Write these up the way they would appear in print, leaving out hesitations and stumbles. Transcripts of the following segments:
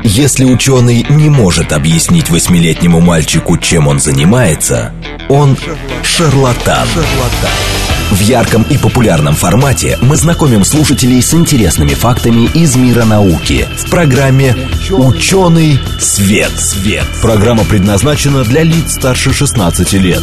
Если ученый не может объяснить 8-летнему мальчику, чем он занимается, он шарлатан. В ярком и популярном формате мы знакомим слушателей с интересными фактами из мира науки в программе «Ученый свет». Программа предназначена для лиц старше 16 лет.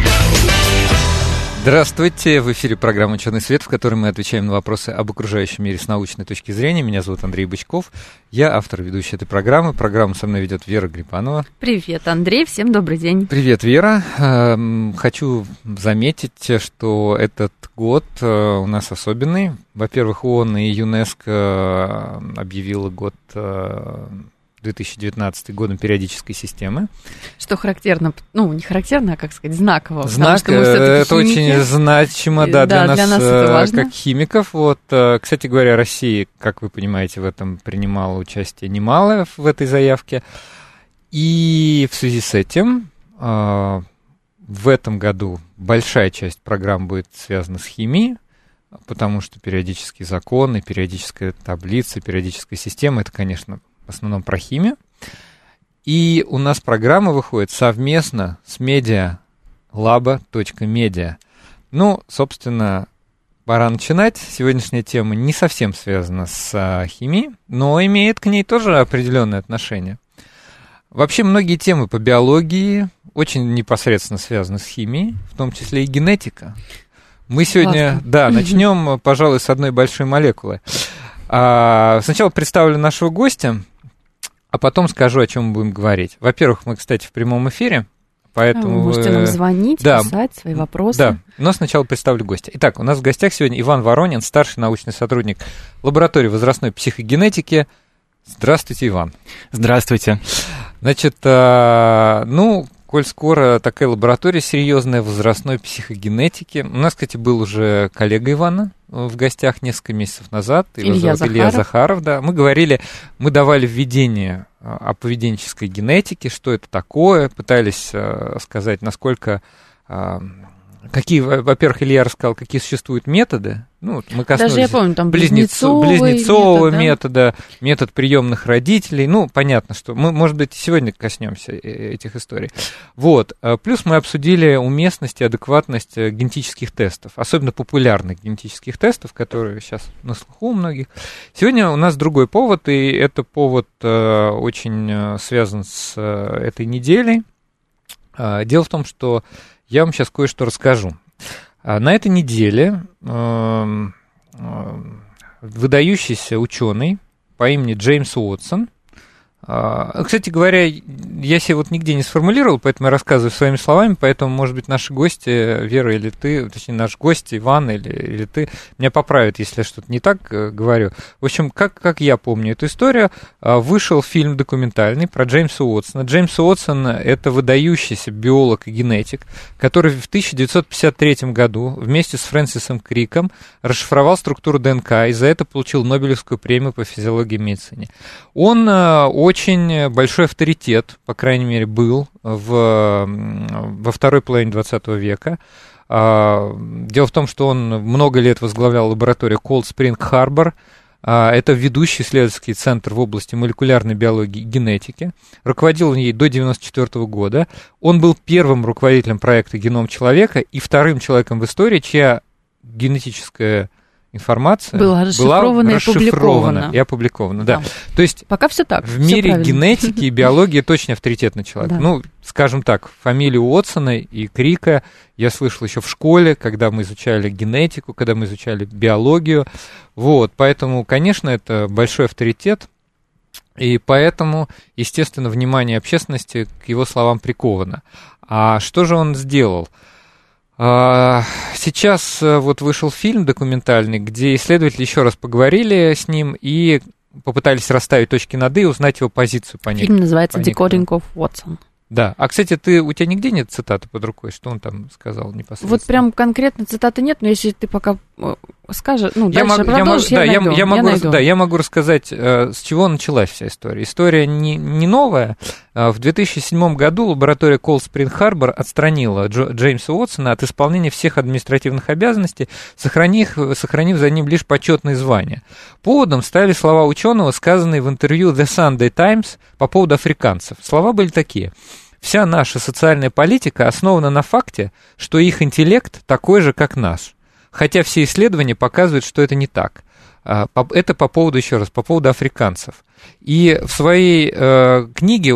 Здравствуйте, в эфире программа «Ученый свет», в которой мы отвечаем на вопросы об окружающем мире с научной точки зрения. Меня зовут Андрей Бычков, я автор и ведущий этой программы. Программу со мной ведет Вера Грипанова. Привет, Андрей, всем добрый день. Привет, Вера. Хочу заметить, что этот год у нас особенный. Во-первых, ООН и ЮНЕСКО объявило год 2019 годом периодической системы. Что характерно, не характерно, а, как сказать, знаково. Знак, это очень значимо, для нас это важно. Как химиков. Вот, кстати говоря, Россия, как вы понимаете, в этом принимала участие немало в этой заявке. И в связи с этим в этом году большая часть программ будет связана с химией, потому что периодические законы, периодическая таблица, периодическая система — это, конечно, в основном про химию. И у нас программа выходит совместно с medialaba.media. Собственно, пора начинать. Сегодняшняя тема не совсем связана с химией, но имеет к ней тоже определенное отношение. Вообще, многие темы по биологии очень непосредственно связаны с химией, в том числе и генетика. Мы сегодня, начнем, пожалуй, с одной большой молекулы. Сначала представлю нашего гостя, а потом скажу, о чем мы будем говорить. Во-первых, мы, кстати, в прямом эфире, поэтому... Вы можете нам звонить, писать свои вопросы. Да, но сначала представлю гостя. Итак, у нас в гостях сегодня Иван Воронин, старший научный сотрудник лаборатории возрастной психогенетики. Здравствуйте, Иван. Здравствуйте. Значит, коль скоро такая лаборатория серьезная возрастной психогенетики. У нас, кстати, был уже коллега Ивана в гостях несколько месяцев назад. Илья Захаров, да. Мы давали введение о поведенческой генетике, что это такое, пытались сказать, насколько... Во-первых, Илья рассказал, какие существуют методы. Мы коснулись даже я помню, там близнецового метода, метод приемных родителей. Понятно, что мы, может быть, сегодня коснемся этих историй. Плюс мы обсудили уместность и адекватность генетических тестов, особенно популярных генетических тестов, которые сейчас на слуху у многих. Сегодня у нас другой повод, и это повод очень связан с этой неделей. Дело в том, что я вам сейчас кое-что расскажу. На этой неделе выдающийся ученый по имени Джеймс Уотсон, кстати говоря, я себе нигде не сформулировал, поэтому я рассказываю своими словами, поэтому, может быть, наши гости, Вера или ты, точнее, наш гость Иван или ты, меня поправят, если я что-то не так говорю. В общем, как я помню эту историю, вышел фильм документальный про Джеймса Уотсона. Джеймс Уотсон — это выдающийся биолог и генетик, который в 1953 году вместе с Фрэнсисом Криком расшифровал структуру ДНК и за это получил Нобелевскую премию по физиологии и медицине. Он очень большой авторитет, по крайней мере, был во второй половине 20 века. Дело в том, что он много лет возглавлял лабораторию Cold Spring Harbor. Это ведущий исследовательский центр в области молекулярной биологии и генетики. Руководил он ей до 1994 года. Он был первым руководителем проекта «Геном человека» и вторым человеком в истории, чья генетическая информация была расшифрована и опубликована. Да. То есть пока все так. В мире генетики и биологии точно авторитетный человек. Да. Скажем так, фамилию Уотсона и Крика я слышал еще в школе, когда мы изучали генетику, когда мы изучали биологию. Поэтому, конечно, это большой авторитет, и поэтому, естественно, внимание общественности к его словам приковано. А что же он сделал? Сейчас вышел фильм документальный, где исследователи еще раз поговорили с ним и попытались расставить точки над «и» и узнать его позицию по ней. Фильм называется «Decoding of Watson». Да. Кстати, у тебя нигде нет цитаты под рукой? Что он там сказал непосредственно? Прям конкретно цитаты нет, но если ты пока скажешь, дальше продолжишь, я могу рассказать, с чего началась вся история. История не новая. В 2007 году лаборатория Cold Spring Harbor отстранила Джеймса Уотсона от исполнения всех административных обязанностей, сохранив за ним лишь почетные звания. Поводом стали слова ученого, сказанные в интервью The Sunday Times по поводу африканцев. Слова были такие: «Вся наша социальная политика основана на факте, что их интеллект такой же, как наш. Хотя все исследования показывают, что это не так». Это по поводу, еще раз, по поводу африканцев. И в своей книге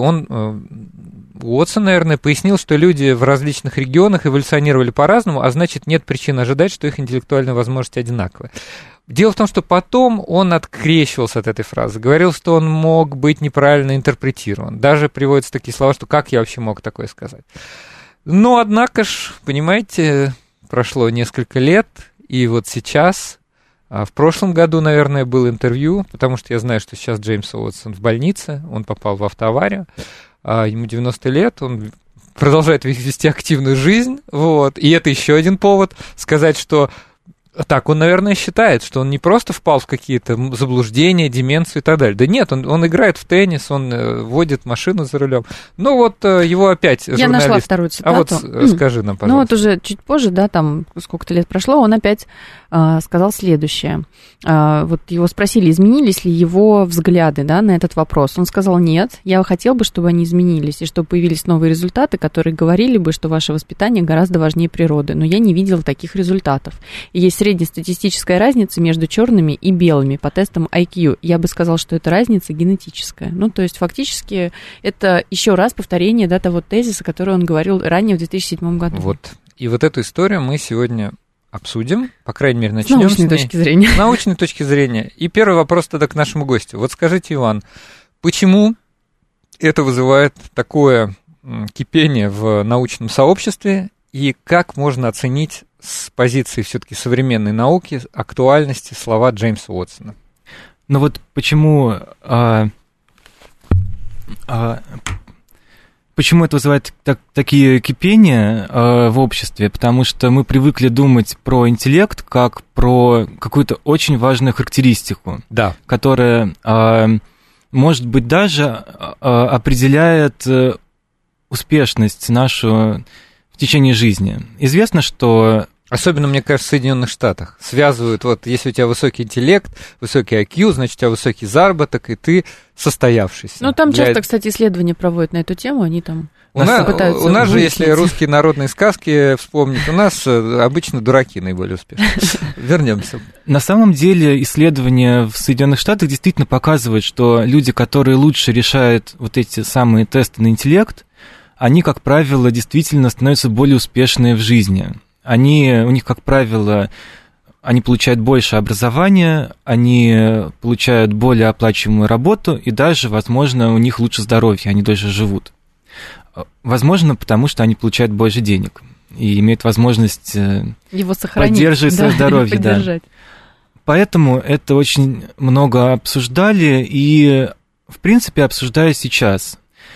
Уотсон, наверное, пояснил, что люди в различных регионах эволюционировали по-разному, а значит, нет причин ожидать, что их интеллектуальные возможности одинаковые. Дело в том, что потом он открещивался от этой фразы, говорил, что он мог быть неправильно интерпретирован. Даже приводятся такие слова, что «как я вообще мог такое сказать?». Но, однако ж, понимаете, прошло несколько лет, и вот сейчас... В прошлом году, наверное, было интервью, потому что я знаю, что сейчас Джеймс Уотсон в больнице, он попал в автоаварию, ему 90 лет, он продолжает вести активную жизнь, вот, и это еще один повод сказать, что так он, наверное, считает, что он не просто впал в какие-то заблуждения, деменцию и так далее. Да нет, он играет в теннис, он водит машину за рулем. Ну вот его опять журналист... Я нашла вторую цитату. А вот скажи нам, пожалуйста. Ну вот уже чуть позже, да, там сколько-то лет прошло, он опять сказал следующее. Вот его спросили, изменились ли его взгляды, да, на этот вопрос. Он сказал: нет, я хотел бы, чтобы они изменились, и чтобы появились новые результаты, которые говорили бы, что ваше воспитание гораздо важнее природы. Но я не видел таких результатов. И есть среднестатистическая разница между черными и белыми по тестам IQ. Я бы сказал, что эта разница генетическая. Ну, то есть, фактически, это еще раз повторение, да, того тезиса, который он говорил ранее в 2007 году. Вот. И вот эту историю мы сегодня обсудим, по крайней мере, начнем с научной точки зрения. С научной точки зрения. И первый вопрос тогда к нашему гостю. Вот скажите, Иван, почему это вызывает такое кипение в научном сообществе, и как можно оценить с позиции все-таки современной науки актуальности слова Джеймса Уотсона? Ну вот почему это вызывает такие кипения в обществе? Потому что мы привыкли думать про интеллект как про какую-то очень важную характеристику, да, которая, может быть, даже определяет успешность нашу в течение жизни. Известно, что... Особенно, мне кажется, в Соединенных Штатах связывают, вот, если у тебя высокий интеллект, высокий IQ, значит, у тебя высокий заработок, и ты состоявшийся. Ну, там часто, кстати, исследования проводят на эту тему, они там у нас же, если русские народные сказки вспомнить, у нас обычно дураки наиболее успешны. Вернемся. На самом деле исследования в Соединенных Штатах действительно показывают, что люди, которые лучше решают вот эти самые тесты на интеллект, они, как правило, действительно становятся более успешными в жизни. У них, как правило, они получают больше образования, они получают более оплачиваемую работу, и даже, возможно, у них лучше здоровье, они дольше живут. Возможно, потому что они получают больше денег и имеют возможность его сохранить, поддерживать свое здоровье. Да. Поэтому это очень много обсуждали и, в принципе, обсуждают сейчас.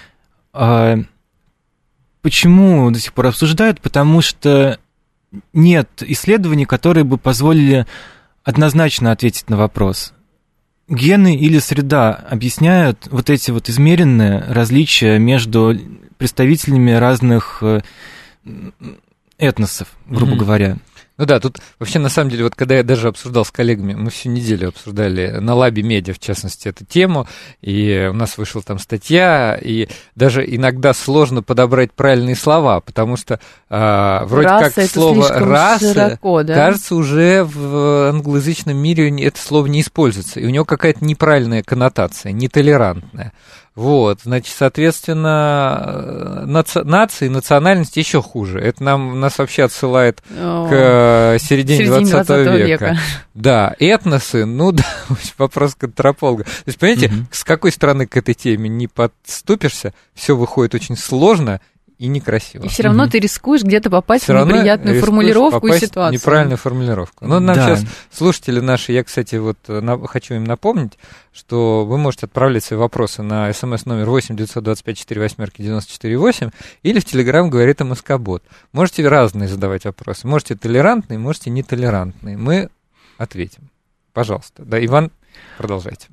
Почему до сих пор обсуждают? Потому что нет исследований, которые бы позволили однозначно ответить на вопрос. Гены или среда объясняют вот эти вот измеренные различия между представителями разных этносов, грубо говоря. Ну да, тут вообще, на самом деле, вот когда я даже обсуждал с коллегами, мы всю неделю обсуждали на Лабе Медиа, в частности, эту тему, и у нас вышла там статья, и даже иногда сложно подобрать правильные слова, потому что вроде раса, как слово «раса», широко, да? кажется, уже в англоязычном мире это слово не используется, и у него какая-то неправильная коннотация, нетолерантная. Вот, значит, соответственно, нации, национальность еще хуже. Это нас вообще отсылает к середине 20 века. Да, этносы, ну да, вопрос к антропологу. То есть, понимаете, с какой стороны к этой теме не подступишься, все выходит очень сложно и некрасиво. И все равно ты рискуешь где-то попасть в неприятную формулировку и ситуацию. Неправильную формулировку. Ну, нам сейчас слушатели наши, я, кстати, вот хочу им напомнить, что вы можете отправлять свои вопросы на смс-номер 8-925-48-94-8 или в Телеграм говорит МСК-бот. Можете разные задавать вопросы. Можете толерантные, можете нетолерантные. Мы ответим. Пожалуйста. Да, Иван, продолжайте.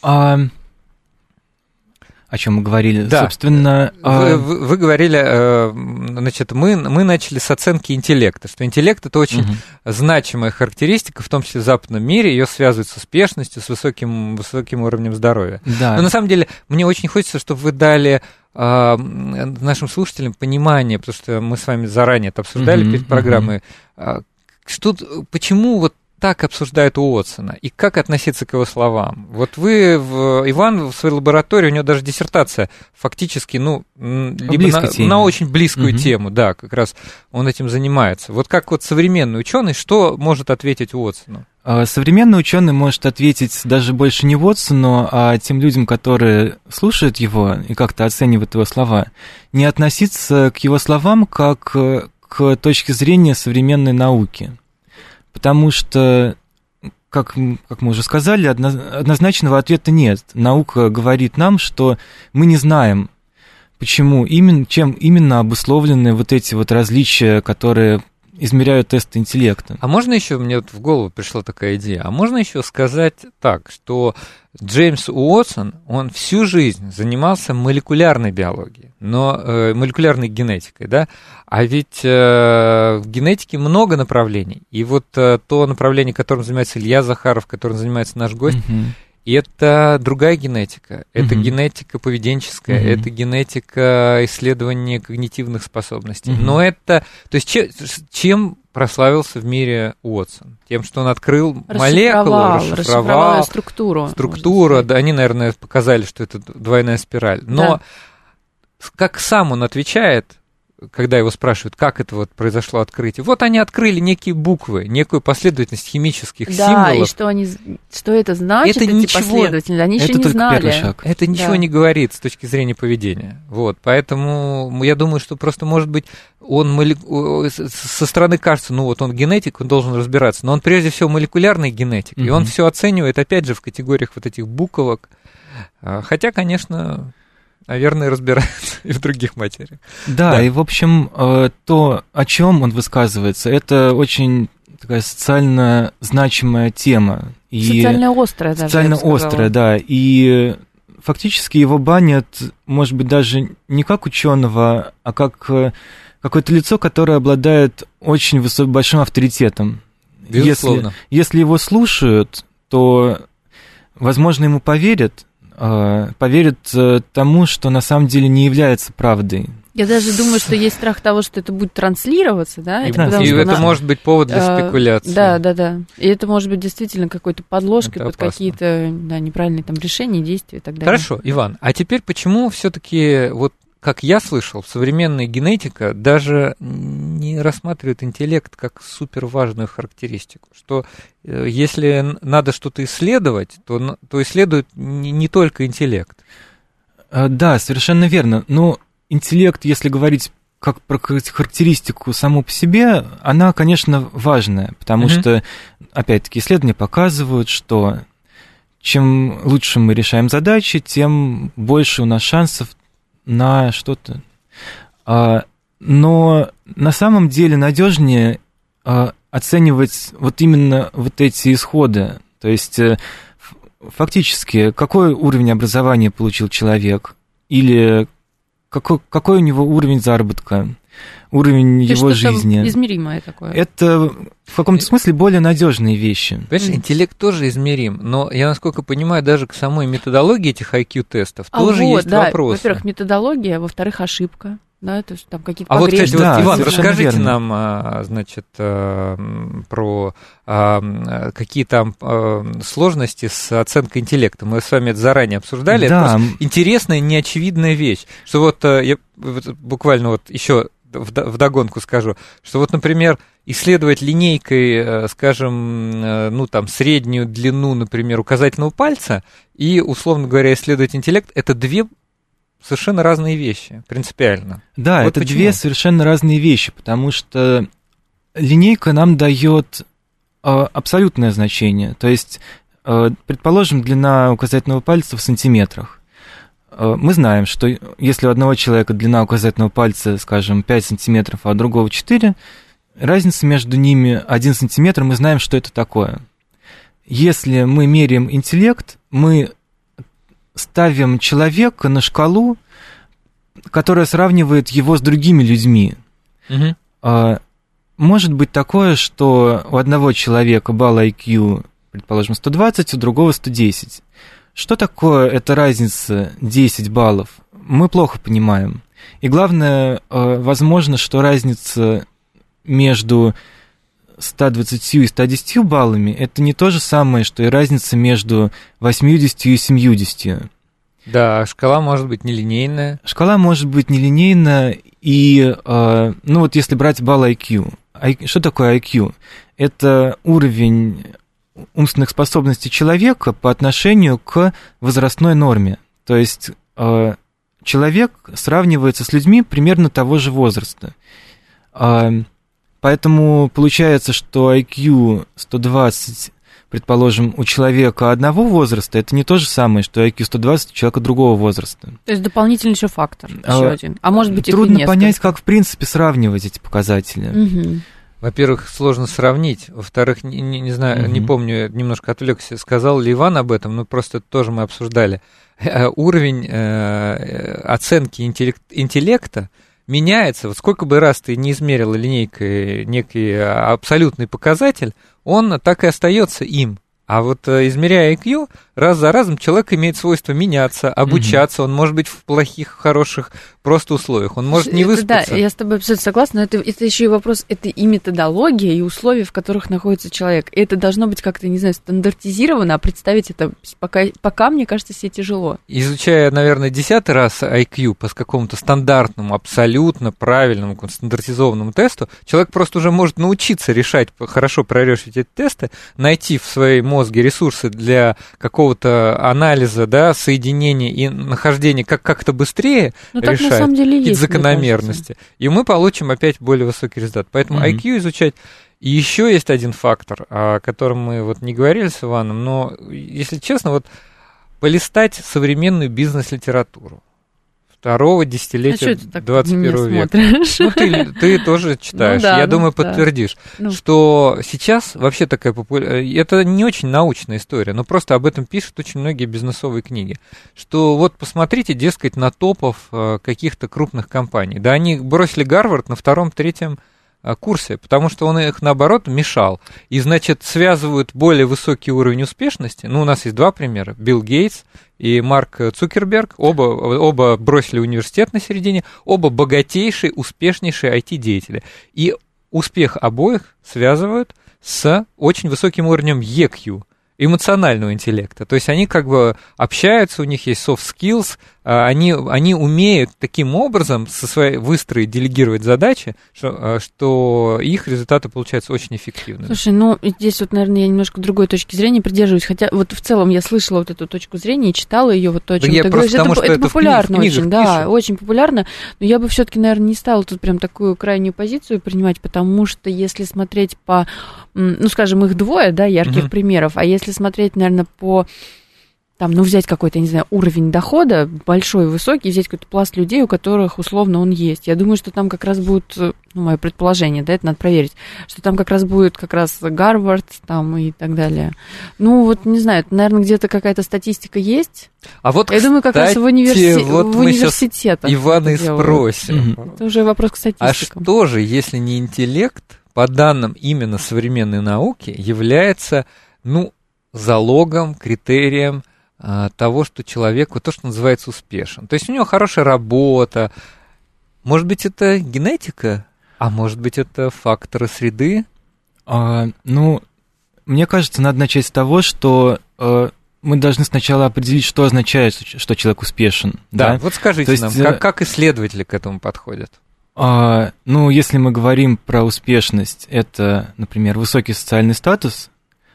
О чем мы говорили? Да. Собственно, вы говорили, значит, мы начали с оценки интеллекта, что интеллект — это очень значимая характеристика, в том числе в западном мире, ее связывают с успешностью, с высоким уровнем здоровья. Да. Но на самом деле мне очень хочется, чтобы вы дали нашим слушателям понимание, потому что мы с вами заранее это обсуждали перед программой, почему вот так обсуждают Уотсона, и как относиться к его словам. Вот Иван в своей лаборатории, у него даже диссертация фактически, либо на очень близкую тему, да, как раз он этим занимается. Вот как вот современный ученый, что может ответить Уотсону? Современный ученый может ответить даже больше не Уотсону, а тем людям, которые слушают его и как-то оценивают его слова, не относиться к его словам как к точке зрения современной науки. Потому что, как мы уже сказали, однозначного ответа нет. Наука говорит нам, что мы не знаем, чем именно обусловлены вот эти вот различия, которые измеряют тесты интеллекта. А можно еще, мне вот в голову пришла такая идея, а можно еще сказать так, что Джеймс Уотсон, он всю жизнь занимался молекулярной биологией, молекулярной генетикой, да, а ведь в генетике много направлений, и вот то направление, которым занимается Илья Захаров, которым занимается наш гость, это другая генетика, это генетика поведенческая, это генетика исследования когнитивных способностей. Но это, то есть чем прославился в мире Уотсон? Тем, что он открыл молекулу, расшифровал структуру, да, они, наверное, показали, что это двойная спираль. Но как сам он отвечает, когда его спрашивают, как это вот произошло открытие, вот они открыли некие буквы, некую последовательность химических символов. Да, и что это значит, это эти последовательности, они еще не знали. Первый шаг. Это ничего не говорит с точки зрения поведения. Вот, поэтому я думаю, что просто, может быть, он со стороны кажется, он генетик, он должен разбираться, но он прежде всего молекулярный генетик, и он все оценивает, опять же, в категориях вот этих буквок, хотя, конечно... наверное, разбирается и в других материях. Да, и, в общем, то, о чем он высказывается, это очень такая социально значимая тема. Социально острая даже, социально острая, да. И фактически его банят, может быть, даже не как ученого, а как какое-то лицо, которое обладает очень большим авторитетом. Безусловно. Если его слушают, то, возможно, ему поверят тому, что на самом деле не является правдой. Я даже думаю, что есть страх того, что это будет транслироваться, да? Это может быть повод для спекуляции. Да. И это может быть действительно какой-то подложкой под какие-то неправильные там решения, действия и так далее. Хорошо, Иван, а теперь почему все-таки, вот как я слышал, современная генетика даже не рассматривает интеллект как суперважную характеристику, что если надо что-то исследовать, то исследуют не только интеллект. Да, совершенно верно. Но интеллект, если говорить как про характеристику саму по себе, она, конечно, важная, потому что, опять-таки, исследования показывают, что чем лучше мы решаем задачи, тем больше у нас шансов на что-то. Но на самом деле надежнее оценивать вот именно вот эти исходы. То есть фактически какой уровень образования получил человек, или какой у него уровень заработка, уровень его жизни. Измеримое такое. Это в каком-то смысле более надежные вещи. Понимаешь, интеллект тоже измерим, но я, насколько понимаю, даже к самой методологии этих IQ-тестов тоже есть вопросы. Во-первых, методология, во-вторых, ошибка. Да, то есть там какие-то погрешности. Вот, кстати, Иван, расскажите нам, значит, про какие там сложности с оценкой интеллекта. Мы с вами это заранее обсуждали. Да. Это просто интересная, неочевидная вещь. Что вот я буквально вот еще вдогонку скажу, что вот, например, исследовать линейкой, скажем, там, среднюю длину, например, указательного пальца и, условно говоря, исследовать интеллект, это две совершенно разные вещи, принципиально. Да, вот это почему? Две совершенно разные вещи, потому что линейка нам дает абсолютное значение. То есть, предположим, длина указательного пальца в сантиметрах. Мы знаем, что если у одного человека длина указательного пальца, скажем, 5 сантиметров, а у другого 4, разница между ними 1 сантиметр, мы знаем, что это такое. если мы меряем интеллект, мы ставим человека на шкалу, которая сравнивает его с другими людьми. Может быть такое, что у одного человека балл IQ, предположим, 120, у другого 110. Что такое эта разница 10 баллов? Мы плохо понимаем. И главное, возможно, что разница между 120 и 110 баллами – это не то же самое, что и разница между 80 и 70. Да, шкала может быть нелинейная. Шкала может быть нелинейная, и, ну вот если брать балл IQ. Что такое IQ? Это уровень умственных способностей человека по отношению к возрастной норме. То есть человек сравнивается с людьми примерно того же возраста. Поэтому получается, что IQ 120, предположим, у человека одного возраста, это не то же самое, что IQ 120 у человека другого возраста. То есть дополнительный еще фактор, еще один. А может быть, трудно понять, как в принципе сравнивать эти показатели. Угу. Во-первых, сложно сравнить. Во-вторых, не знаю, не помню, немножко отвлекся, сказал ли Иван об этом, но просто это тоже мы обсуждали. Уровень оценки интеллекта меняется. Вот сколько бы раз ты не измерил линейкой некий абсолютный показатель, он так и остается им. А вот измеряя IQ, раз за разом человек имеет свойство меняться, обучаться, он может быть в плохих, хороших просто условиях, он может не выспаться. Да, я с тобой абсолютно согласна, но это еще и вопрос, это и методология, и условия, в которых находится человек. И это должно быть как-то, не знаю, стандартизировано, а представить это пока мне кажется, себе тяжело. Изучая, наверное, 10-й раз IQ по какому-то стандартному, абсолютно правильному, стандартизованному тесту, человек просто уже может научиться решать, хорошо прорешить эти тесты, найти в своей мозге ресурсы для какого-то анализа, да, соединения и нахождения как-то быстрее решать какие-то закономерности. И мы получим опять более высокий результат. Поэтому IQ изучать. И еще есть один фактор, о котором мы вот не говорили с Иваном, но, если честно, вот полистать современную бизнес-литературу второго десятилетия 21 века. Ну, ты тоже читаешь, ну, да, я думаю, подтвердишь, что сейчас вообще такая популярная, это не очень научная история, но просто об этом пишут очень многие бизнесовые книги, что вот посмотрите, дескать, на топов каких-то крупных компаний. Да, они бросили Гарвард на втором-третьем курсе, потому что он их, наоборот, мешал. И, значит, связывают более высокий уровень успешности. Ну, у нас есть два примера. Билл Гейтс и Марк Цукерберг. Оба бросили университет на середине. Оба богатейшие, успешнейшие IT-деятели. И успех обоих связывают с очень высоким уровнем EQ, эмоционального интеллекта. То есть они как бы общаются, у них есть soft skills, они умеют таким образом выстроить, делегировать задачи, что их результаты получаются очень эффективными. Слушай, ну здесь вот, наверное, я немножко другой точки зрения придерживаюсь, хотя вот в целом я слышала вот эту точку зрения и читала ее, вот то, о чем ты говоришь. Это популярно очень, да, очень популярно, но я бы все-таки, наверное, не стала тут прям такую крайнюю позицию принимать, потому что если смотреть по, ну, скажем, их двое, да, ярких примеров, а если смотреть, наверное, по там, ну, взять какой-то, не знаю, уровень дохода большой, высокий, взять какой-то пласт людей, у которых, условно, он есть. Я думаю, что там как раз будет, ну, мое предположение, да, это надо проверить, что там как раз будет как раз Гарвард там и так далее. Ну, вот, не знаю, наверное, где-то какая-то статистика есть. А вот, я думаю, как раз в университетах. Ивана и спросим. Это уже вопрос к статистикам. А что же, если не интеллект, по данным именно современной науки, является, ну, залогом, критерием того, что человек, вот то, что называется, успешен. То есть у него хорошая работа. Может быть, это генетика, а может быть, это факторы среды? Ну, мне кажется, надо начать с того, что мы должны сначала определить, что означает, что человек успешен. Да, вот скажите нам, как исследователи к этому подходят? Ну, если мы говорим про успешность, это, например, высокий социальный статус,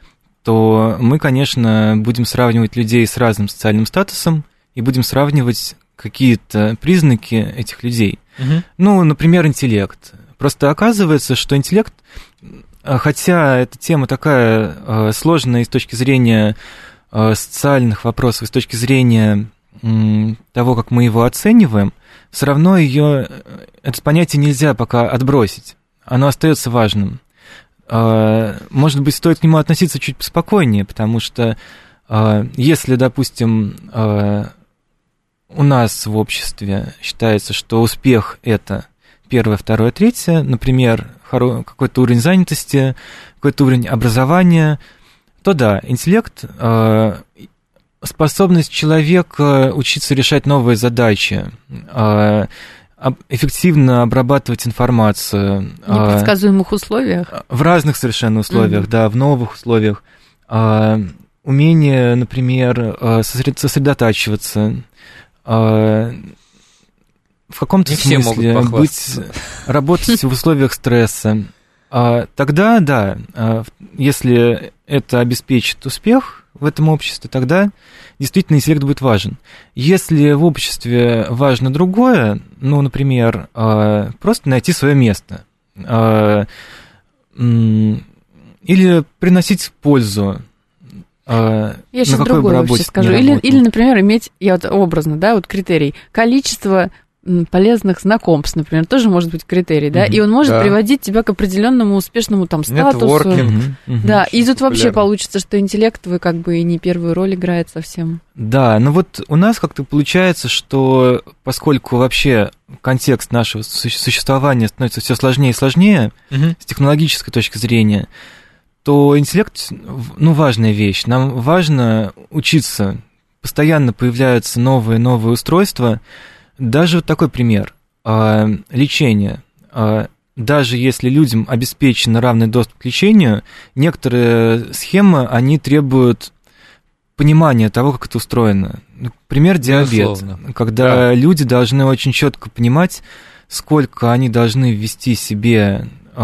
то мы, конечно, будем сравнивать людей с разным социальным статусом и будем сравнивать какие-то признаки этих людей. Ну, например, интеллект. Просто оказывается, что интеллект, хотя эта тема такая сложная и с точки зрения социальных вопросов, и с точки зрения того, как мы его оцениваем, все равно это понятие нельзя пока отбросить. Оно остается важным. может быть, стоит к нему относиться чуть поспокойнее, потому что если, допустим, у нас в обществе считается, что успех – это первое, второе, третье, например, какой-то уровень занятости, какой-то уровень образования, то да, интеллект, способность человека учиться решать новые задачи, эффективно обрабатывать информацию. В непредсказуемых условиях? В разных совершенно условиях, да, в новых условиях. Умение, например, сосредотачиваться, в каком-то смысле работать в условиях стресса. Тогда, да, если это обеспечит успех в этом обществе, тогда действительно интеллект будет важен. Если в обществе важно другое, ну, например, просто найти свое место или приносить пользу. Я сейчас другое вообще скажу. Или, например, иметь, я вот образно, да, вот критерий, количество полезных знакомств, например, тоже может быть критерий, да, и он может приводить тебя к определенному успешному там статусу. Нетворкинг. Да, и тут вообще получится, что интеллект вы как бы и не первую роль играет совсем. Да, ну вот у нас как-то получается, что поскольку вообще контекст нашего существования становится все сложнее и сложнее с технологической точки зрения, то интеллект, ну, важная вещь. Нам важно учиться. Постоянно появляются новые устройства. Даже вот такой пример. Лечение. Даже если людям обеспечен равный доступ к лечению, некоторые схемы, они требуют понимания того, как это устроено. Например, диабет. Безусловно. Когда люди должны очень четко понимать, сколько они должны ввести себе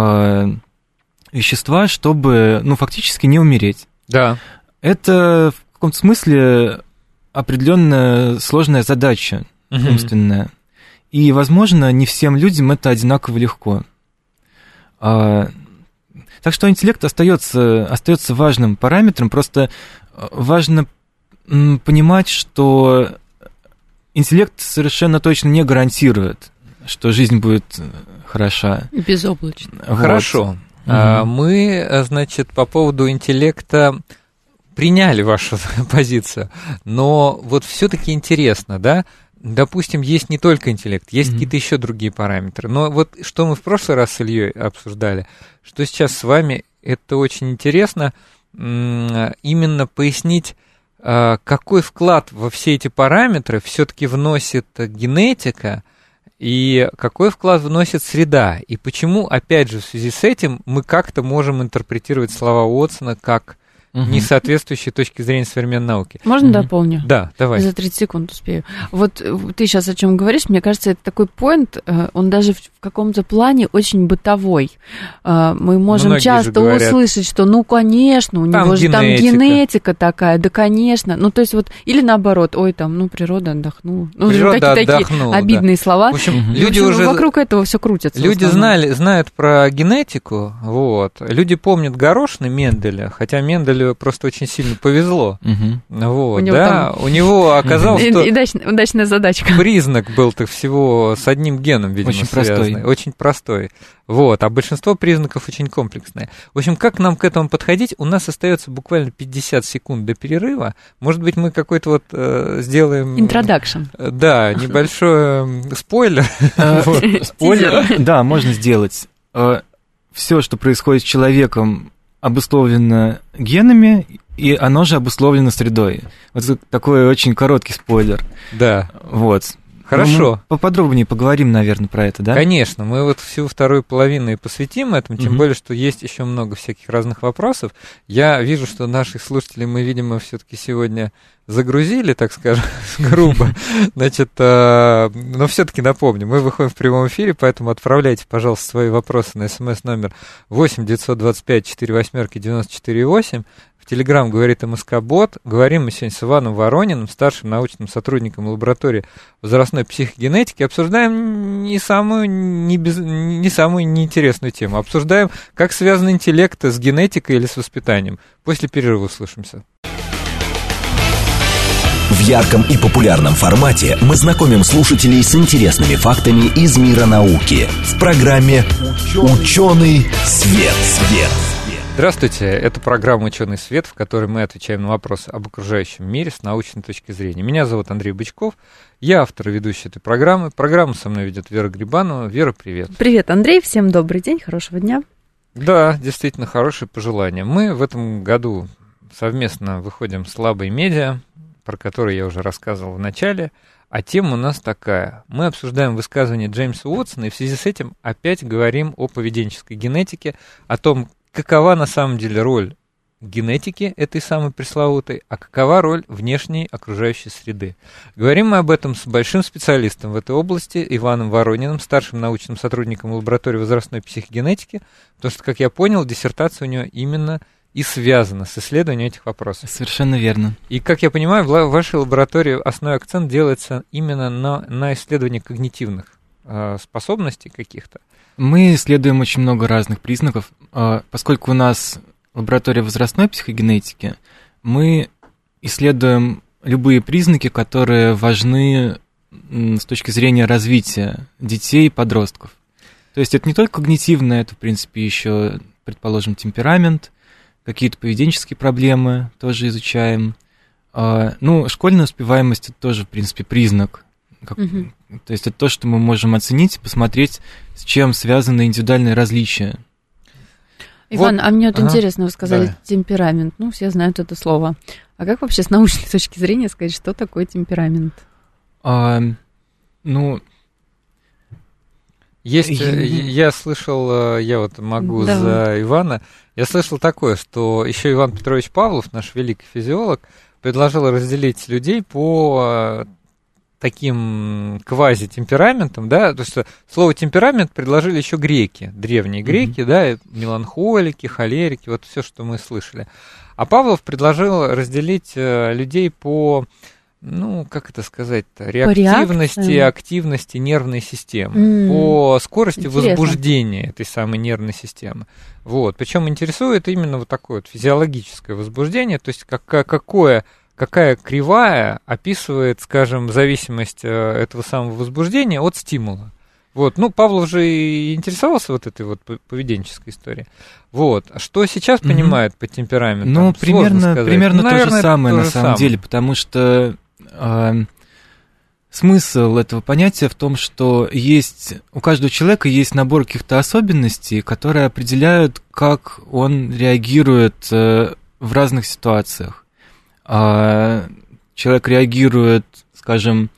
вещества, чтобы, ну, фактически не умереть. Да. Это в каком-то смысле определенная сложная задача умственная. И, возможно, не всем людям это одинаково легко. Так что интеллект остается важным параметром, просто важно понимать, что интеллект совершенно точно не гарантирует, что жизнь будет хороша. Безоблачно. Вот. Хорошо. Мы, значит, по поводу интеллекта приняли вашу позицию, но вот все-таки интересно, да? Допустим, есть не только интеллект, есть какие-то еще другие параметры. Но вот что мы в прошлый раз с Ильей обсуждали, что сейчас с вами, это очень интересно, именно пояснить, какой вклад во все эти параметры все-таки вносит генетика, и какой вклад вносит среда, и почему, опять же, в связи с этим мы как-то можем интерпретировать слова Уотсона как не соответствующие точки зрения современной науки. Можно дополню? Да, давай. За 30 секунд успею. Вот ты сейчас о чем говоришь, мне кажется, это такой поинт, он даже в каком-то плане очень бытовой. Мы можем многие часто услышать, что, ну, конечно, у него же там генетика такая, да, конечно. Ну, то есть вот, или наоборот, ой, там, ну, природа отдохнула. Ну, природа отдохнула, такие обидные слова. В общем, люди уже вокруг этого все крутятся. Люди знают про генетику, вот. Люди помнят горошины Менделя, хотя Менделю просто очень сильно повезло. Вот, у него оказалось, что удачная задачка. Признак был-то всего с одним геном, видимо, очень связанный. Очень простой. Вот, а большинство признаков очень комплексные. В общем, как нам к этому подходить? У нас остается буквально 50 секунд до перерыва. Может быть, мы какой-то вот сделаем... Интродакшн. Да, небольшой спойлер. Спойлер, да, можно сделать. Все, что происходит с человеком, обусловлено генами, и оно же обусловлено средой. Вот такой очень короткий спойлер. Да. Вот. Хорошо. Мы поподробнее поговорим, наверное, про это, да? Конечно, мы вот всю вторую половину и посвятим этому, тем более, что есть еще много всяких разных вопросов. Я вижу, что наших слушателей мы, видимо, все-таки сегодня загрузили, так скажем, грубо. Значит, но все-таки напомню, мы выходим в прямом эфире, поэтому отправляйте, пожалуйста, свои вопросы на смс-номер 8-925-48-94-8. В Телеграм говорит МСК-бот. Говорим мы сегодня с Иваном Ворониным, старшим научным сотрудником лаборатории возрастной психогенетики. Обсуждаем не самую неинтересную тему. Обсуждаем, как связан интеллект с генетикой или с воспитанием. После перерыва услышимся. В ярком и популярном формате мы знакомим слушателей с интересными фактами из мира науки в программе «Ученый свет». Здравствуйте, это программа «Ученый свет», в которой мы отвечаем на вопросы об окружающем мире с научной точки зрения. Меня зовут Андрей Бычков, я автор и ведущий этой программы. Программу со мной ведет Вера Грибанова. Вера, привет. Привет, Андрей, всем добрый день, хорошего дня. Да, действительно, хорошие пожелания. Мы в этом году совместно выходим с Лабой Медиа, про который я уже рассказывал в начале, а тема у нас такая. Мы обсуждаем высказывание Джеймса Уотсона, и в связи с этим опять говорим о поведенческой генетике, о том, какова на самом деле роль генетики этой самой пресловутой, а какова роль внешней окружающей среды. Говорим мы об этом с большим специалистом в этой области, Иваном Ворониным, старшим научным сотрудником лаборатории возрастной психогенетики, потому что, как я понял, диссертация у него именно и связана с исследованием этих вопросов. Совершенно верно. И, как я понимаю, в вашей лаборатории основной акцент делается именно на исследовании когнитивных способностей каких-то. Мы исследуем очень много разных признаков. Поскольку у нас лаборатория возрастной психогенетики, мы исследуем любые признаки, которые важны с точки зрения развития детей и подростков. То есть это не только когнитивное, это, в принципе, еще, предположим, темперамент, какие-то поведенческие проблемы тоже изучаем. Школьная успеваемость – это тоже, в принципе, признак. То есть это то, что мы можем оценить и посмотреть, с чем связаны индивидуальные различия. Иван, а мне вот интересно, вы сказали темперамент, все знают это слово. А как вообще с научной точки зрения сказать, что такое темперамент? Я слышал, я вот могу за Ивана, я слышал такое, что еще Иван Петрович Павлов, наш великий физиолог, предложил разделить людей по таким квази-темпераментом, да, то есть слово темперамент предложили еще греки, древние греки, да, меланхолики, холерики, вот все, что мы слышали. А Павлов предложил разделить людей по, как это сказать-то, реактивности, активности нервной системы, по скорости возбуждения этой самой нервной системы. Вот, причем интересует именно вот такое вот физиологическое возбуждение, то есть какая кривая описывает, скажем, зависимость этого самого возбуждения от стимула. Вот, Павлов же и интересовался вот этой вот поведенческой историей. Вот, что сейчас понимают по темпераменту? Примерно то же самое на самом деле, потому что смысл этого понятия в том, что у каждого человека есть набор каких-то особенностей, которые определяют, как он реагирует в разных ситуациях. Человек реагирует, скажем,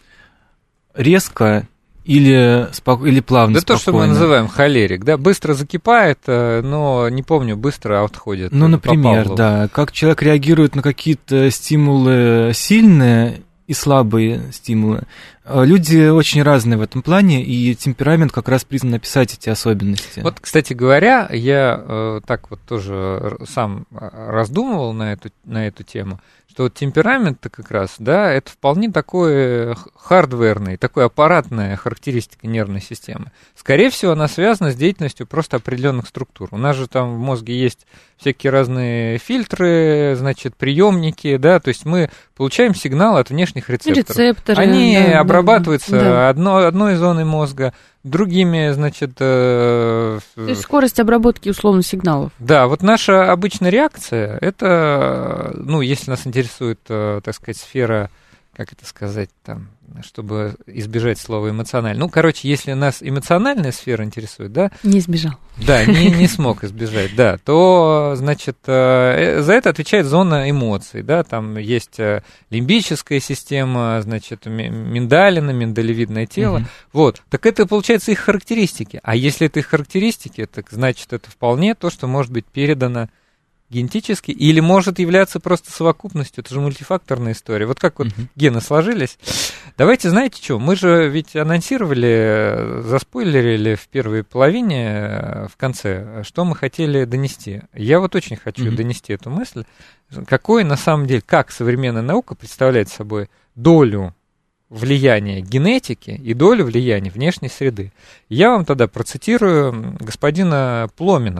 резко или плавно, да, спокойно. То, что мы называем холерик, да, быстро закипает, но, не помню, быстро отходит. Например, да, как человек реагирует на какие-то стимулы сильные и слабые стимулы. Люди очень разные в этом плане, и темперамент как раз призван описать эти особенности. Вот, кстати говоря, я так вот тоже сам раздумывал на эту тему, что вот темперамент-то как раз, да, это вполне такой хардверный, такой аппаратная характеристика нервной системы. Скорее всего, она связана с деятельностью просто определенных структур. У нас же там в мозге есть всякие разные фильтры, значит, приемники, да, то есть мы получаем сигналы от внешних рецепторов. Они обрабатываются одной зоной мозга, другими, значит... То есть скорость обработки, условно, сигналов. Да, вот наша обычная реакция, это, если нас интересует, так сказать, сфера, как это сказать, там, чтобы избежать слова эмоционально. Если нас эмоциональная сфера интересует, да... Не избежал. Да, не смог избежать, да, то, значит, за это отвечает зона эмоций, да, там есть лимбическая система, значит, миндалина, миндалевидное тело, вот, так это, получается, их характеристики, а если это их характеристики, так значит, это вполне то, что может быть передано генетически, или может являться просто совокупностью, это же мультифакторная история. Вот как вот гены сложились. Давайте, знаете что, мы же ведь анонсировали, заспойлерили в первой половине, в конце, что мы хотели донести. Я вот очень хочу донести эту мысль, какой на самом деле, как современная наука представляет собой долю влияния генетики и долю влияния внешней среды. Я вам тогда процитирую господина Пломина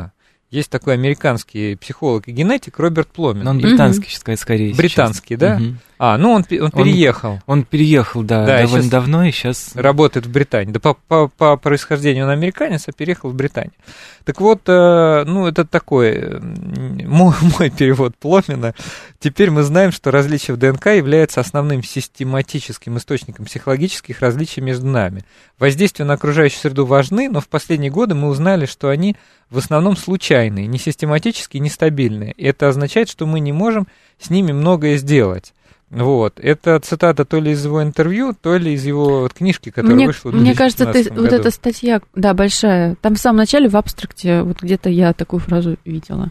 Есть такой американский психолог и генетик Роберт Пломин. Но он британский, скорее. Британский, сейчас. Да? Он переехал. Он переехал, да довольно давно, и сейчас... Работает в Британии. Да по происхождению он американец, а переехал в Британию. Так вот, это такой мой перевод Пломина. Теперь мы знаем, что различие в ДНК является основным систематическим источником психологических различий между нами. Воздействия на окружающую среду важны, но в последние годы мы узнали, что они в основном случайные, не систематические, нестабильные. И это означает, что мы не можем с ними многое сделать. Вот. Это цитата то ли из его интервью, то ли из его книжки, которая вышла в 2015 Мне кажется, году. вот эта статья, да, большая, там в самом начале в абстракте, вот где-то я такую фразу видела.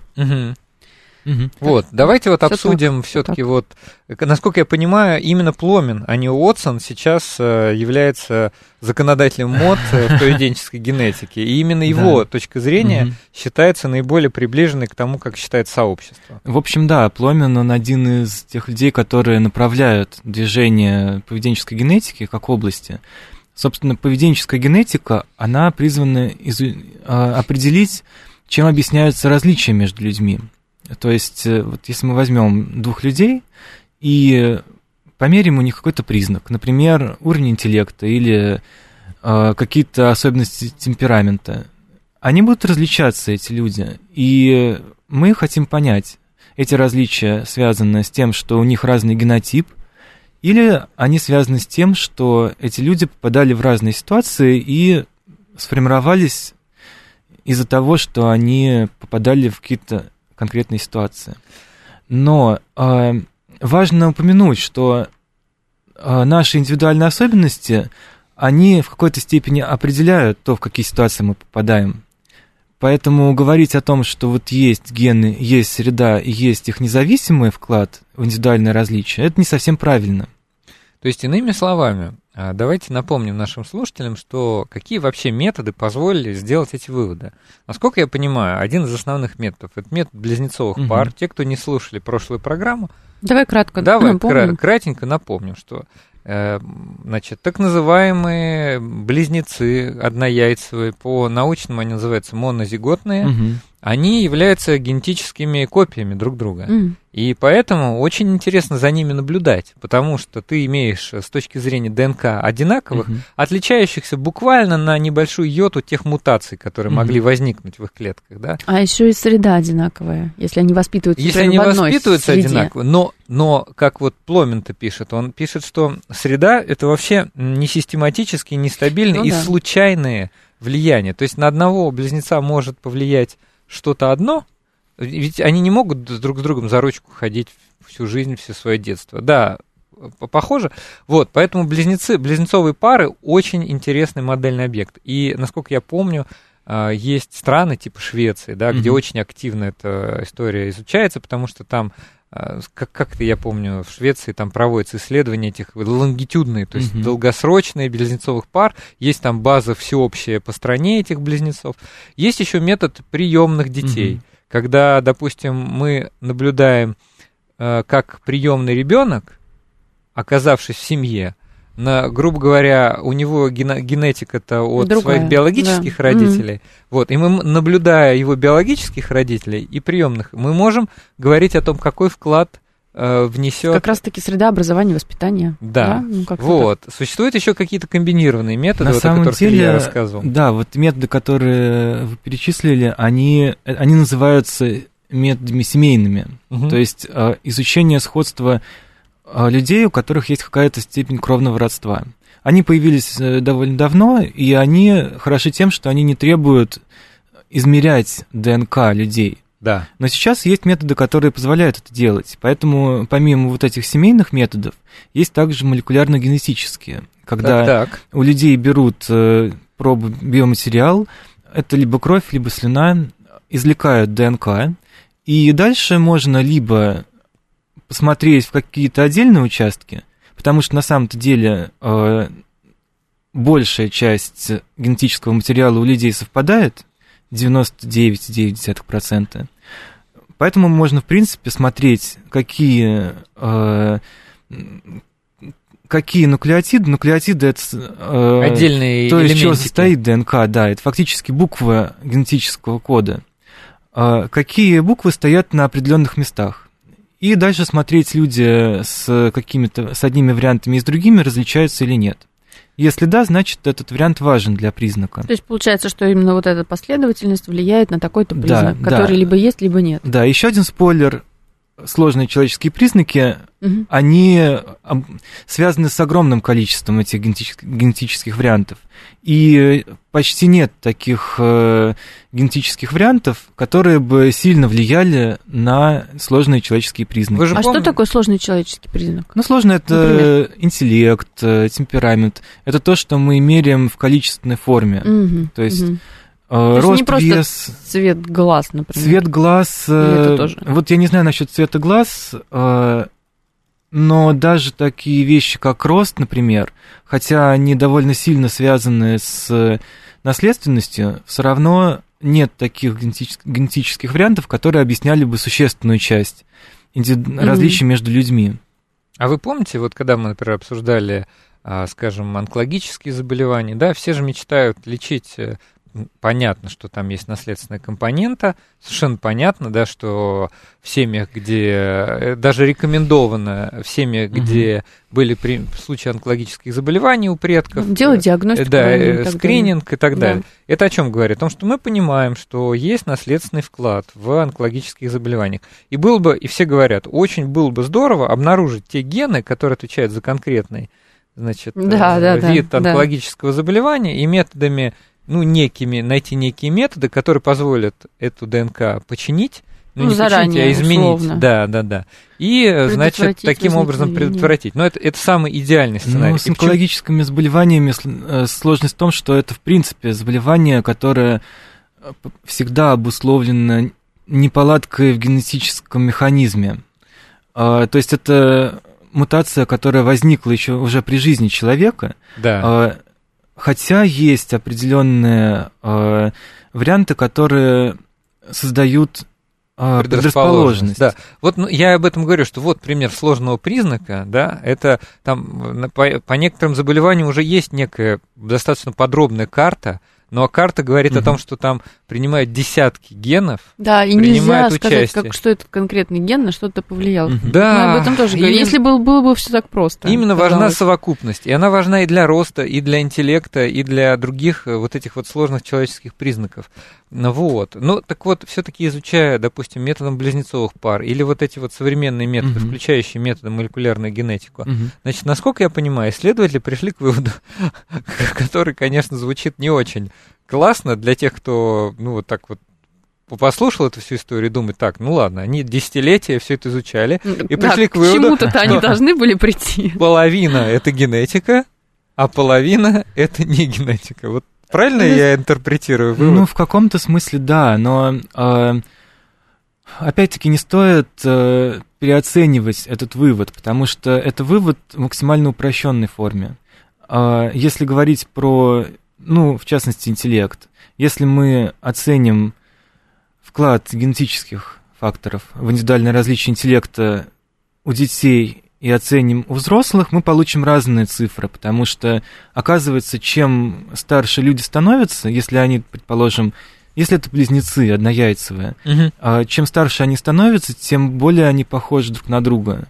Вот, давайте вот обсудим все-таки вот, насколько я понимаю, именно Пломин, а не Уотсон, сейчас является законодателем мод в поведенческой генетике, и именно его точка зрения считается наиболее приближенной к тому, как считает сообщество. В общем, да, Пломин, он один из тех людей, которые направляют движение поведенческой генетики как области. Собственно, поведенческая генетика, она призвана определить, чем объясняются различия между людьми. То есть, вот если мы возьмем двух людей и померим у них какой-то признак, например, уровень интеллекта или какие-то особенности темперамента, они будут различаться, эти люди. И мы хотим понять, эти различия связаны с тем, что у них разный генотип, или они связаны с тем, что эти люди попадали в разные ситуации и сформировались из-за того, что они попадали в какие-то конкретные ситуации. Но важно упомянуть, что наши индивидуальные особенности, они в какой-то степени определяют то, в какие ситуации мы попадаем. Поэтому говорить о том, что вот есть гены, есть среда и есть их независимый вклад в индивидуальное различие, это не совсем правильно. То есть, иными словами, давайте напомним нашим слушателям, что какие вообще методы позволили сделать эти выводы. Насколько я понимаю, один из основных методов – это метод близнецовых пар. Те, кто не слушали прошлую программу, давай кратенько напомним, что значит, так называемые близнецы однояйцевые, по-научному они называются монозиготные, они являются генетическими копиями друг друга. И поэтому очень интересно за ними наблюдать, потому что ты имеешь с точки зрения ДНК одинаковых, отличающихся буквально на небольшую йоту тех мутаций, которые могли возникнуть в их клетках. Да? А еще и среда одинаковая, если они воспитываются в одной среде. Если они воспитываются одинаково, но как вот Пломин-то пишет, он пишет, что среда – это вообще не систематически, нестабильные и случайные влияния. То есть на одного близнеца может повлиять что-то одно, ведь они не могут друг с другом за ручку ходить всю жизнь, все свое детство. Да, похоже. Вот, поэтому близнецовые пары очень интересный модельный объект. И, насколько я помню, есть страны типа Швеции, да, где очень активно эта история изучается, потому что там, как-то я помню, в Швеции там проводятся исследования этих лонгитюдные, то есть долгосрочные близнецовых пар, есть там база всеобщая по стране этих близнецов. Есть еще метод приемных детей, когда, допустим, мы наблюдаем, как приемный ребенок, оказавшись в семье, грубо говоря, у него генетика-то от своих биологических родителей. Вот, и мы, наблюдая его биологических родителей и приемных, мы можем говорить о том, какой вклад внесет. Как раз-таки среда образования и воспитания. Да. Вот. Существуют еще какие-то комбинированные методы, о которых я рассказывал. Да, вот методы, которые вы перечислили, они называются методами семейными. То есть изучение сходства людей, у которых есть какая-то степень кровного родства. Они появились довольно давно, и они хороши тем, что они не требуют измерять ДНК людей. Да. Но сейчас есть методы, которые позволяют это делать. Поэтому помимо вот этих семейных методов, есть также молекулярно-генетические. Когда у людей берут пробу биоматериал, это либо кровь, либо слюна, извлекают ДНК, и дальше можно либо посмотреть в какие-то отдельные участки, потому что на самом-то деле большая часть генетического материала у людей совпадает, 99,9%. Поэтому можно, в принципе, смотреть, какие нуклеотиды. Нуклеотиды – это отдельные то, из чего элементики. состоит ДНК, да, это фактически буква генетического кода. какие буквы стоят на определенных местах. И дальше смотреть, люди с одними вариантами и с другими различаются или нет. Если да, значит, этот вариант важен для признака. То есть получается, что именно вот эта последовательность влияет на такой-то признак, который либо есть, либо нет. Да, еще один спойлер. Сложные человеческие признаки, они связаны с огромным количеством этих генетических вариантов. И почти нет таких генетических вариантов, которые бы сильно влияли на сложные человеческие признаки. Что такое сложный человеческий признак? Ну, сложный — это интеллект, темперамент. Это то, что мы меряем в количественной форме. То есть... рост, не просто вес, цвет глаз, например. Цвет глаз. Вот я не знаю насчет цвета глаз, но даже такие вещи, как рост, например, хотя они довольно сильно связаны с наследственностью, все равно нет таких генетических вариантов, которые объясняли бы существенную часть различий между людьми. А вы помните, вот когда мы, например, обсуждали, скажем, онкологические заболевания, да, все же мечтают лечить. Понятно, что там есть наследственная компонента, совершенно понятно, да, что в семьях, где даже рекомендовано, в семьях, где были случаи онкологических заболеваний у предков, делать диагностику, скрининг и так далее. Это о чем говорит? О том, что мы понимаем, что есть наследственный вклад в онкологических заболеваниях. И было бы, и все говорят, очень было бы здорово обнаружить те гены, которые отвечают за конкретный, значит, вид онкологического заболевания, и методами найти некие методы, которые позволят эту ДНК починить, не починить, а изменить. Условно. Да. И, значит, таким образом предотвратить. Но это самый идеальный сценарий. С онкологическими заболеваниями сложность в том, что это, в принципе, заболевание, которое всегда обусловлено неполадкой в генетическом механизме. То есть это мутация, которая возникла еще уже при жизни человека. Да. Хотя есть определенные варианты, которые создают предрасположенность. Да. Вот я об этом говорю, что вот пример сложного признака, да, это там по некоторым заболеваниям уже есть некая достаточно подробная карта, но карта говорит о том, что там принимают десятки генов, да, и нельзя сказать, что этот конкретный ген на что-то повлиял. Да. Мы об этом тоже говорим. Если было бы все так просто. Именно важна совокупность, и она важна и для роста, и для интеллекта, и для других вот этих вот сложных человеческих признаков. Вот. Ну, так вот, все-таки изучая, допустим, методом близнецовых пар, или вот эти вот современные методы, включающие методы молекулярную генетику, значит, насколько я понимаю, исследователи пришли к выводу, который, конечно, звучит не очень классно для тех, кто, вот так вот послушал эту всю историю и думает, так, ну ладно, они десятилетия все это изучали и пришли к выводу, к чему-то они должны были прийти. Половина — это генетика, а половина — это не генетика. Вот правильно я интерпретирую вывод? Ну, в каком-то смысле да, но опять-таки не стоит переоценивать этот вывод, потому что это вывод в максимально упрощенной форме. Если говорить про, в частности, интеллект, если мы оценим вклад генетических факторов в индивидуальное различие интеллекта у детей и оценим у взрослых, мы получим разные цифры, потому что, оказывается, чем старше люди становятся, если они, предположим, если это близнецы однояйцевые, чем старше они становятся, тем более они похожи друг на друга.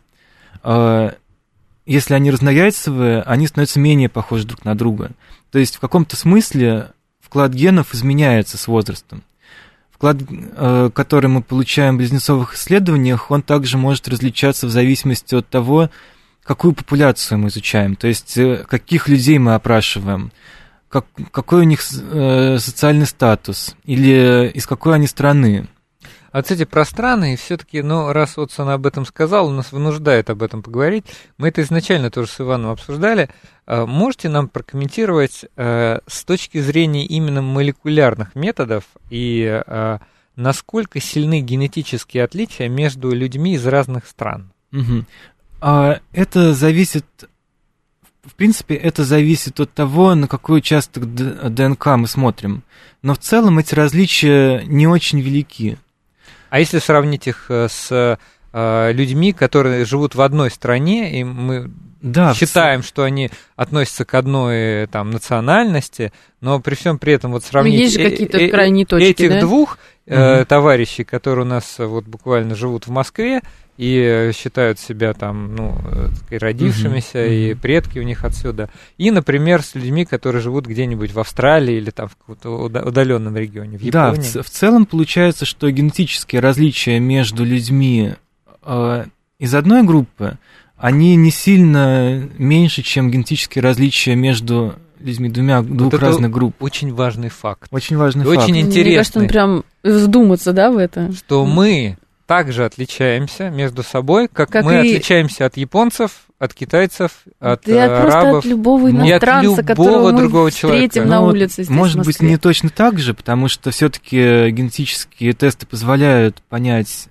Если они разнояйцевые, они становятся менее похожи друг на друга. То есть в каком-то смысле вклад генов изменяется с возрастом. Вклад, который мы получаем в близнецовых исследованиях, он также может различаться в зависимости от того, какую популяцию мы изучаем, то есть каких людей мы опрашиваем, какой у них социальный статус или из какой они страны. А, кстати, про страны, все-таки, раз Отсон об этом сказал, он нас вынуждает об этом поговорить. Мы это изначально тоже с Иваном обсуждали. Можете нам прокомментировать с точки зрения именно молекулярных методов и насколько сильны генетические отличия между людьми из разных стран? Это зависит, в принципе, это зависит от того, на какой участок ДНК мы смотрим. Но в целом эти различия не очень велики. А если сравнить их с людьми, которые живут в одной стране, и мы считаем, что они относятся к одной там национальности, но при всем при этом вот сравнить есть же какие-то крайние точки, этих двух, товарищей, которые у нас вот буквально живут в Москве и считают себя там, родившимися, и предки у них отсюда. И, например, с людьми, которые живут где-нибудь в Австралии или там в каком-то удаленном регионе, в Японии. Да, в целом получается, что генетические различия между людьми из одной группы, они не сильно меньше, чем генетические различия между людьми двух разных групп. Очень важный факт. Очень важный факт. Очень интересный. Мне кажется, он прям вдуматься, да, в это. Что мы также отличаемся между собой, как мы отличаемся от японцев, от китайцев, от арабов, от любого иностранца, которого мы встретим на улице здесь, может в быть, не точно так же, потому что все-таки генетические тесты позволяют понять,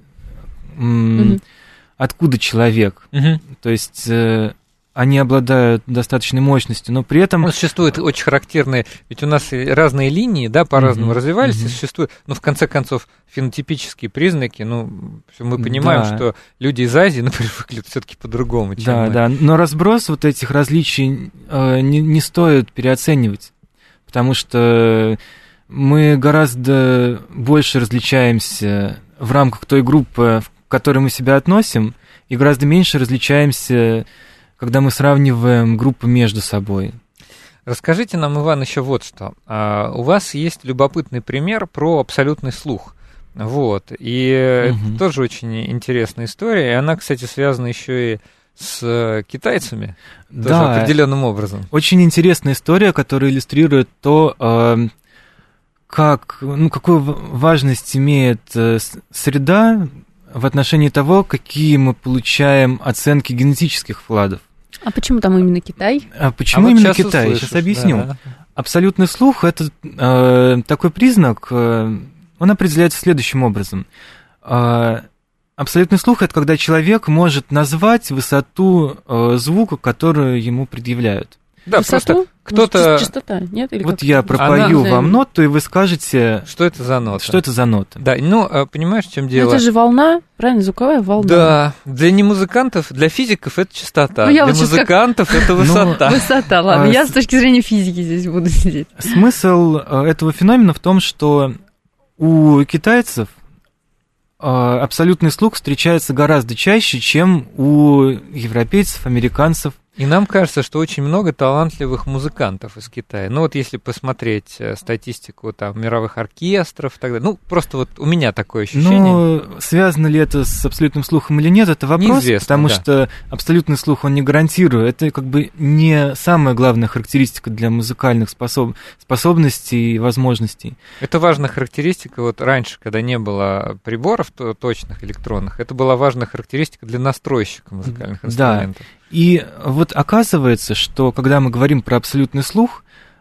откуда человек. То есть они обладают достаточной мощностью, но при этом... Существуют очень характерные, ведь у нас разные линии, да, по-разному развивались, и существуют, в конце концов, фенотипические признаки, мы понимаем, что люди из Азии, например, выглядят все-таки по-другому, чем мы. Да, но разброс вот этих различий не стоит переоценивать, потому что мы гораздо больше различаемся в рамках той группы, к которой мы себя относим, и гораздо меньше различаемся, когда мы сравниваем группы между собой. Расскажите нам, Иван, еще вот что. У вас есть любопытный пример про абсолютный слух. И это тоже очень интересная история. И она, кстати, связана еще и с китайцами, тоже определенным образом. Очень интересная история, которая иллюстрирует то, какую важность имеет среда в отношении того, какие мы получаем оценки генетических вкладов. А почему там именно Китай? Почему именно Китай? Сейчас объясню. Да. Абсолютный слух – это такой признак, он определяется следующим образом. Абсолютный слух – это когда человек может назвать высоту звука, которую ему предъявляют. Да, высоту? Просто кто-то... Частота, нет? Или вот я пропою вам ноту, и вы скажете... Что это за нота? Что это за нота? Да, понимаешь, в чем дело? Это же волна, правильно, звуковая волна. Да, для немузыкантов, для физиков это частота, для музыкантов это высота. Высота, ладно, я с точки зрения физики здесь буду сидеть. Смысл этого феномена в том, что у китайцев абсолютный слух встречается гораздо чаще, чем у европейцев, американцев. И нам кажется, что очень много талантливых музыкантов из Китая. Если посмотреть статистику мировых оркестров и так далее. Просто вот у меня такое ощущение. Но связано ли это с абсолютным слухом или нет, это вопрос, неизвестно, потому что абсолютный слух он не гарантирует. Это не самая главная характеристика для музыкальных способностей и возможностей. Это важная характеристика. Раньше, когда не было приборов точных электронных, это была важная характеристика для настройщика музыкальных инструментов. Да. И оказывается, что когда мы говорим про абсолютный слух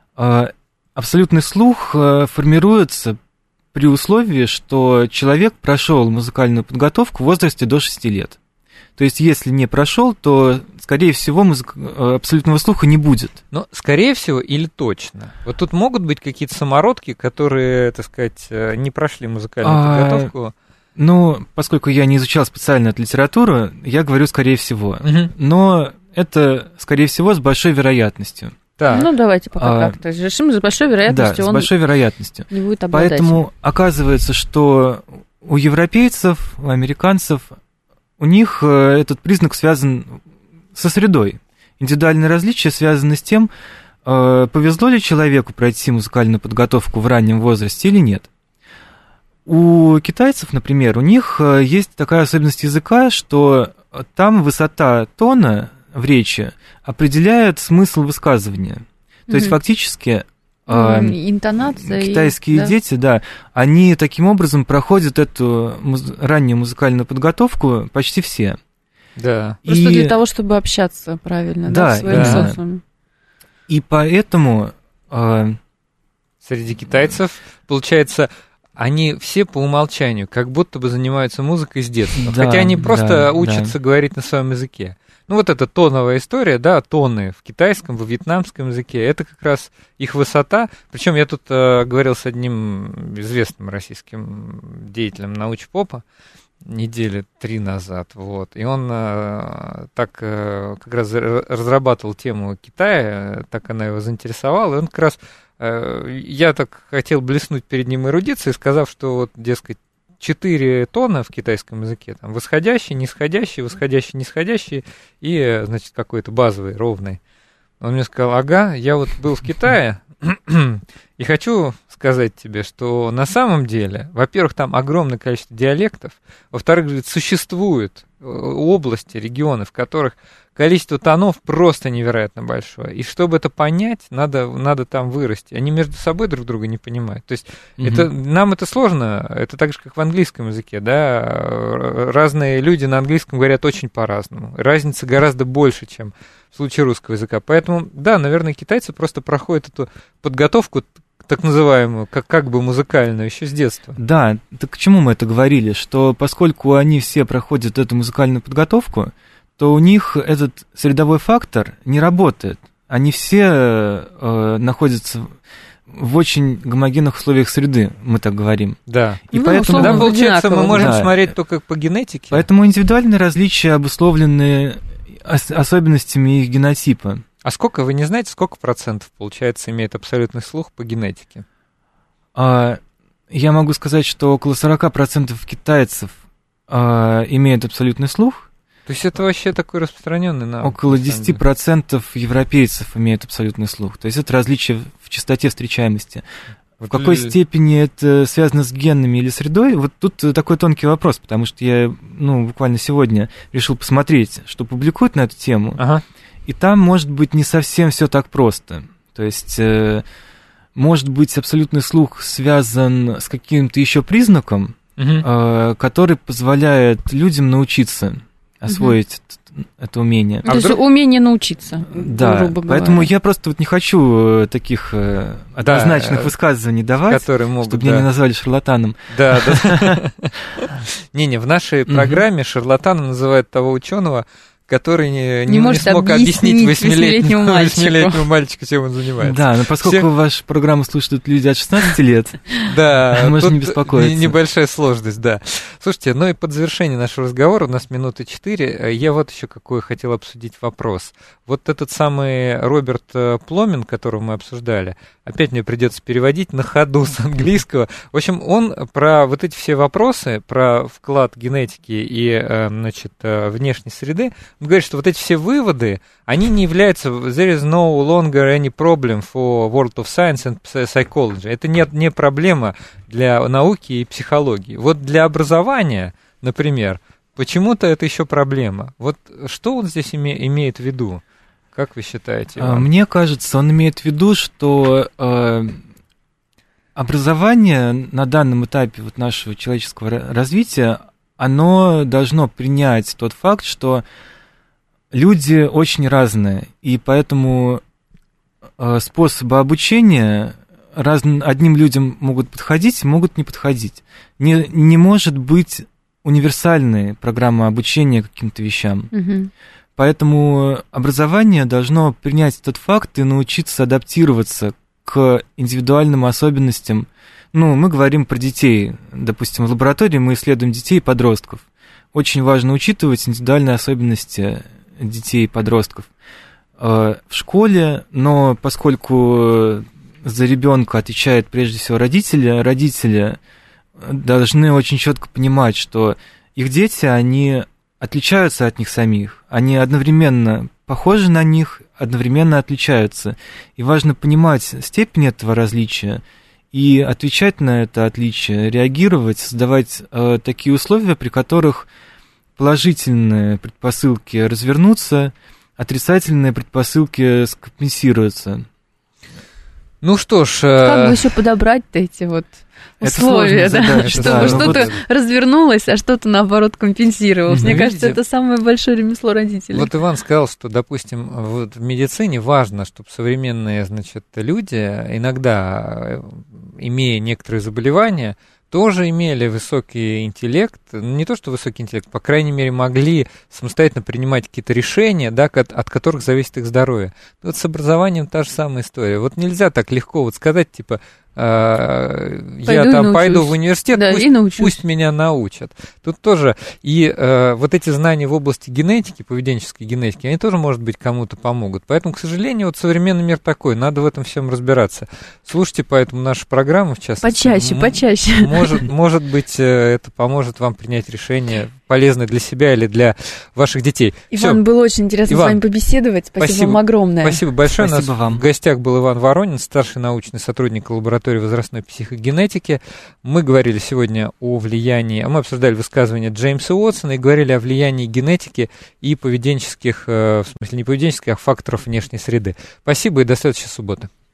формируется при условии, что человек прошел музыкальную подготовку в возрасте до 6 лет. То есть, если не прошел, то, скорее всего, абсолютного слуха не будет. Но, скорее всего, или точно. Тут могут быть какие-то самородки, которые, так сказать, не прошли музыкальную подготовку. Поскольку я не изучал специально эту литературу, я говорю «скорее всего». Но это, скорее всего, с большой вероятностью. Так. Давайте пока как-то решим, с большой вероятностью с большой вероятностью. Не будет обладать. Поэтому оказывается, что у европейцев, у американцев, у них этот признак связан со средой. Индивидуальные различия связаны с тем, повезло ли человеку пройти музыкальную подготовку в раннем возрасте или нет. У китайцев, например, у них есть такая особенность языка, что там высота тона в речи определяет смысл высказывания. То есть фактически интонация китайские дети, они таким образом проходят эту раннюю музыкальную подготовку почти все. Да. Просто для того, чтобы общаться правильно, в своем социуме. И поэтому среди китайцев, получается, они все по умолчанию как будто бы занимаются музыкой с детства. Хотя они просто учатся говорить на своем языке. Это тоновая история, тоны в китайском, в вьетнамском языке, это как раз их высота. Причем я тут говорил с одним известным российским деятелем научпопа недели 3 назад, и он как раз разрабатывал тему Китая, так она его заинтересовала, и он как раз я так хотел блеснуть перед ним эрудицией, сказав, что, вот, дескать, 4 тона в китайском языке, там, восходящий, нисходящий, восходящий, нисходящий и, значит, какой-то базовый, ровный. Он мне сказал, ага, я вот был в Китае, и хочу сказать тебе, что на самом деле, во-первых, там огромное количество диалектов, во-вторых, говорит, существуют области, регионы, в которых количество тонов просто невероятно большое. И чтобы это понять, надо там вырасти. Они между собой друг друга не понимают. То есть нам это сложно, это так же, как в английском языке, да, разные люди на английском говорят очень по-разному. Разница гораздо больше, чем в случае русского языка. Поэтому, да, наверное, китайцы просто проходят эту подготовку, так называемую, как бы музыкальную, еще с детства. Да, так к чему мы это говорили? Что поскольку они все проходят эту музыкальную подготовку, то у них этот средовой фактор не работает. Они все находятся в очень гомогенных условиях среды, мы так говорим. Да. И поэтому, да, получается, мы можем смотреть только по генетике. Поэтому индивидуальные различия обусловлены особенностями их генотипа. А вы не знаете, сколько процентов, получается, имеет абсолютный слух по генетике? Я могу сказать, что около 40% китайцев имеют абсолютный слух. То есть это вообще такой распространенный навык? Около 10% европейцев имеют абсолютный слух. То есть это различие в частоте встречаемости. В какой степени это связано с генами или средой? Вот тут такой тонкий вопрос, потому что я буквально сегодня решил посмотреть, что публикуют на эту тему. Ага. И там, может быть, не совсем все так просто. То есть, может быть, абсолютный слух связан с каким-то еще признаком, который позволяет людям научиться освоить это умение. То есть умение научиться, да, грубо говоря. Поэтому я просто вот не хочу таких однозначных высказываний давать, которые могут, чтобы меня не назвали шарлатаном. Да. Не, в нашей программе шарлатаном называют того ученого, который не смог объяснить 8-летнему мальчику, чем он занимается. Да, но поскольку вашу программу слушают люди от 16 лет, да, можно не беспокоиться. Небольшая сложность, да. Слушайте, и под завершение нашего разговора, у нас минуты 4, я вот еще какой хотел обсудить вопрос. Вот этот самый Роберт Пломин, которого мы обсуждали, опять мне придется переводить на ходу с английского. В общем, он про вот эти все вопросы, про вклад генетики и, внешней среды, он говорит, что вот эти все выводы, они не являются, there is no longer any problem for world of science and psychology. Это не проблема для науки и психологии. Вот для образования, например, почему-то это еще проблема. Вот что он здесь имеет в виду? Как вы считаете, Иван? Мне кажется, он имеет в виду, что образование на данном этапе вот нашего человеческого развития, оно должно принять тот факт, что люди очень разные, и поэтому способы обучения одним людям могут подходить, могут не подходить. Не может быть универсальной программы обучения каким-то вещам. Угу. Поэтому образование должно принять этот факт и научиться адаптироваться к индивидуальным особенностям. Мы говорим про детей. Допустим, в лаборатории мы исследуем детей и подростков. Очень важно учитывать индивидуальные особенности детей и подростков в школе, но поскольку за ребенка отвечают прежде всего родители должны очень четко понимать, что их дети, они отличаются от них самих, они одновременно похожи на них, одновременно отличаются, и важно понимать степень этого различия и отвечать на это отличие, реагировать, создавать такие условия, при которых положительные предпосылки развернутся, отрицательные предпосылки скомпенсируются. Ну что ж... Как бы еще подобрать-то эти вот условия, да? Чтобы что-то развернулось, а что-то, наоборот, компенсировалось. Мне кажется, это самое большое ремесло родителей. Вот Иван сказал, что, допустим, вот в медицине важно, чтобы современные, люди, иногда, имея некоторые заболевания, тоже имели высокий интеллект, не то что высокий интеллект, по крайней мере, могли самостоятельно принимать какие-то решения, да, от которых зависит их здоровье. Вот с образованием та же самая история. Вот нельзя так легко сказать, пойду в университет, да, пусть меня научат. Тут тоже и вот эти знания в области генетики, поведенческой генетики, они тоже, может быть, кому-то помогут. Поэтому, к сожалению, вот современный мир такой, надо в этом всем разбираться. Слушайте поэтому нашу программу, в частности. Почаще. Может быть, это поможет вам принять решение, полезное для себя или для ваших детей. Иван, было очень интересно с вами побеседовать. Спасибо вам огромное. Спасибо большое. Спасибо У нас вам. В гостях был Иван Воронин, старший научный сотрудник лаборатории возрастной психогенетики. Мы говорили сегодня о влиянии, мы обсуждали высказывания Джеймса Уотсона и говорили о влиянии генетики и поведенческих, в смысле не поведенческих, а факторов внешней среды. Спасибо и до следующей субботы.